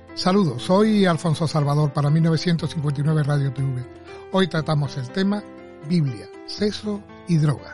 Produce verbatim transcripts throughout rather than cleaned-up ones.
Saludos, soy Alfonso Salvador para mil novecientos cincuenta y nueve Radio T V. Hoy tratamos el tema Biblia, sexo y drogas.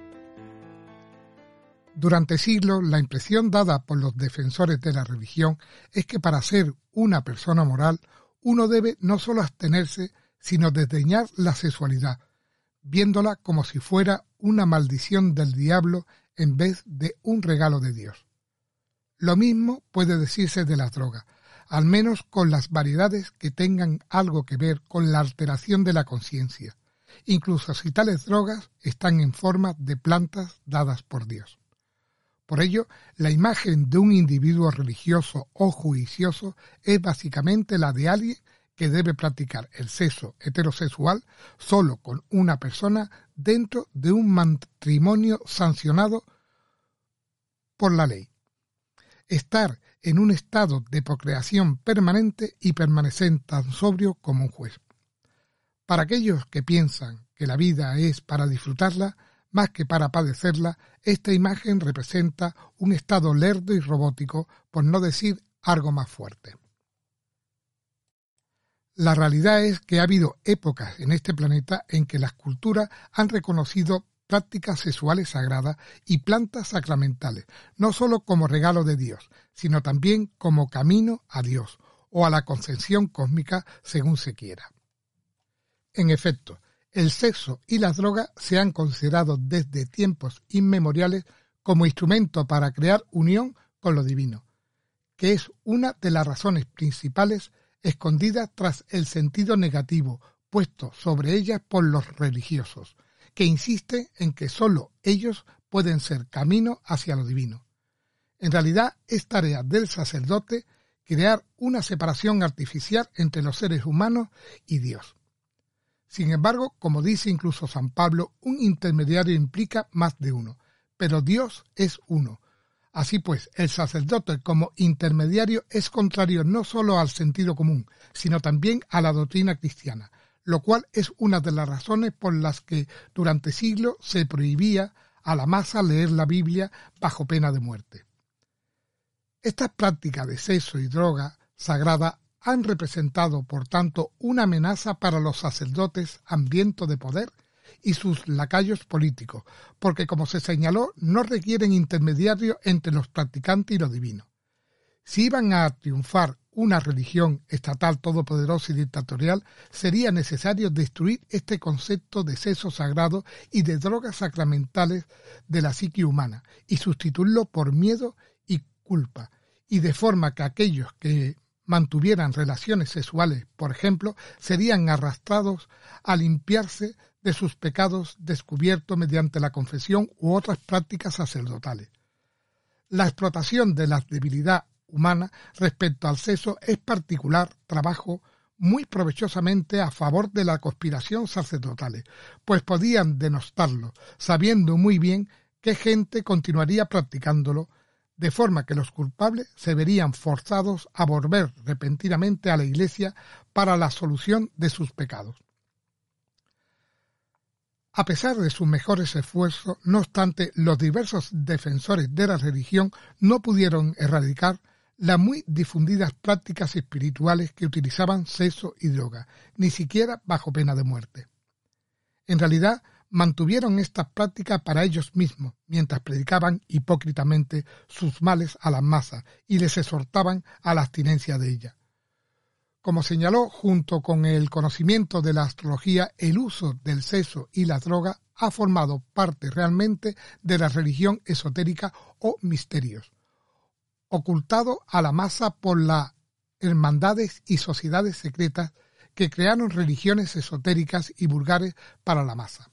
Durante siglos, la impresión dada por los defensores de la religión es que para ser una persona moral, uno debe no solo abstenerse, sino desdeñar la sexualidad, viéndola como si fuera una maldición del diablo en vez de un regalo de Dios. Lo mismo puede decirse de las drogas, al menos con las variedades que tengan algo que ver con la alteración de la conciencia, incluso si tales drogas están en forma de plantas dadas por Dios. Por ello, la imagen de un individuo religioso o juicioso es básicamente la de alguien que debe practicar el sexo heterosexual solo con una persona dentro de un matrimonio sancionado por la ley. Estar en un estado de procreación permanente y permanecer tan sobrio como un juez. Para aquellos que piensan que la vida es para disfrutarla, más que para padecerla, esta imagen representa un estado lerdo y robótico, por no decir algo más fuerte. La realidad es que ha habido épocas en este planeta en que las culturas han reconocido prácticas sexuales sagradas y plantas sacramentales, no solo como regalo de Dios, sino también como camino a Dios o a la concepción cósmica según se quiera. En efecto, el sexo y las drogas se han considerado desde tiempos inmemoriales como instrumento para crear unión con lo divino, que es una de las razones principales escondidas tras el sentido negativo puesto sobre ellas por los religiosos, que insisten en que sólo ellos pueden ser camino hacia lo divino. En realidad es tarea del sacerdote crear una separación artificial entre los seres humanos y Dios. Sin embargo, como dice incluso San Pablo, un intermediario implica más de uno, pero Dios es uno. Así pues, el sacerdote como intermediario es contrario no solo al sentido común, sino también a la doctrina cristiana, lo cual es una de las razones por las que durante siglos se prohibía a la masa leer la Biblia bajo pena de muerte. Estas prácticas de sexo y droga sagrada han representado, por tanto, una amenaza para los sacerdotes hambrientos de poder y sus lacayos políticos, porque, como se señaló, no requieren intermediarios entre los practicantes y lo divino. Si iban a triunfar una religión estatal todopoderosa y dictatorial, sería necesario destruir este concepto de sexo sagrado y de drogas sacramentales de la psique humana y sustituirlo por miedo y culpa, y de forma que aquellos que mantuvieran relaciones sexuales, por ejemplo, serían arrastrados a limpiarse de sus pecados descubiertos mediante la confesión u otras prácticas sacerdotales. La explotación de la debilidad humana respecto al sexo es particular trabajo muy provechosamente a favor de la conspiración sacerdotal, pues podían denostarlo, sabiendo muy bien qué gente continuaría practicándolo, de forma que los culpables se verían forzados a volver repentinamente a la Iglesia para la solución de sus pecados. A pesar de sus mejores esfuerzos, no obstante, los diversos defensores de la religión no pudieron erradicar las muy difundidas prácticas espirituales que utilizaban sexo y droga, ni siquiera bajo pena de muerte. En realidad, mantuvieron estas prácticas para ellos mismos, mientras predicaban hipócritamente sus males a las masas y les exhortaban a la abstinencia de ellas. Como señaló, junto con el conocimiento de la astrología, el uso del sexo y la droga ha formado parte realmente de la religión esotérica o misterios, ocultado a la masa por las hermandades y sociedades secretas que crearon religiones esotéricas y vulgares para la masa.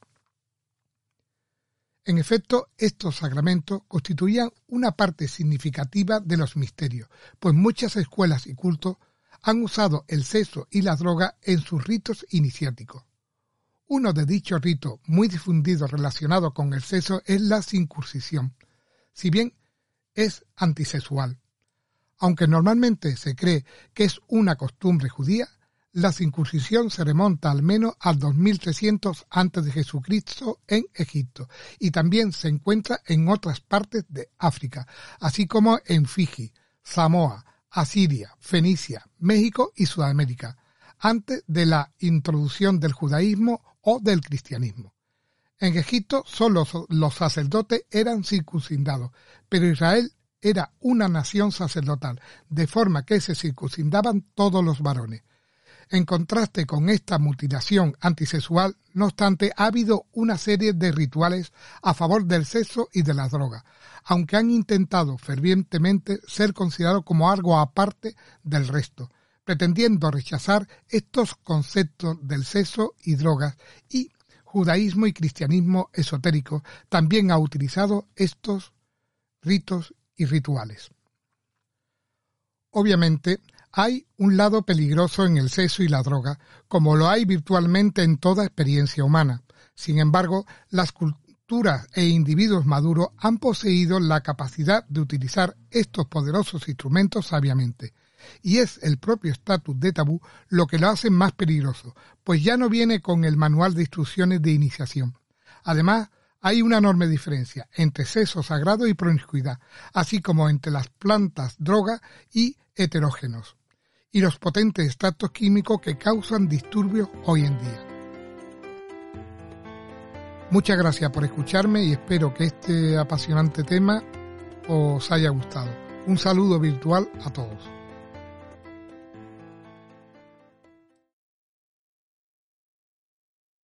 En efecto, estos sacramentos constituían una parte significativa de los misterios, pues muchas escuelas y cultos han usado el sexo y la droga en sus ritos iniciáticos. Uno de dichos ritos muy difundido relacionado con el sexo es la circuncisión, si bien es antisexual. Aunque normalmente se cree que es una costumbre judía, la circuncisión se remonta al menos al dos mil trescientos antes de Jesucristo en Egipto y también se encuentra en otras partes de África, así como en Fiji, Samoa, Asiria, Fenicia, México y Sudamérica, antes de la introducción del judaísmo o del cristianismo. En Egipto solo los sacerdotes eran circuncidados, pero Israel era una nación sacerdotal, de forma que se circuncidaban todos los varones. En contraste con esta mutilación antisexual, no obstante, ha habido una serie de rituales a favor del sexo y de las drogas, aunque han intentado fervientemente ser considerados como algo aparte del resto, pretendiendo rechazar estos conceptos del sexo y drogas, y judaísmo y cristianismo esotérico también ha utilizado estos ritos y rituales. Obviamente, hay un lado peligroso en el sexo y la droga, como lo hay virtualmente en toda experiencia humana. Sin embargo, las culturas e individuos maduros han poseído la capacidad de utilizar estos poderosos instrumentos sabiamente. Y es el propio estatus de tabú lo que lo hace más peligroso, pues ya no viene con el manual de instrucciones de iniciación. Además, hay una enorme diferencia entre sexo sagrado y promiscuidad, así como entre las plantas, drogas y heterógenos, y los potentes extractos químicos que causan disturbios hoy en día. Muchas gracias por escucharme y espero que este apasionante tema os haya gustado. Un saludo virtual a todos.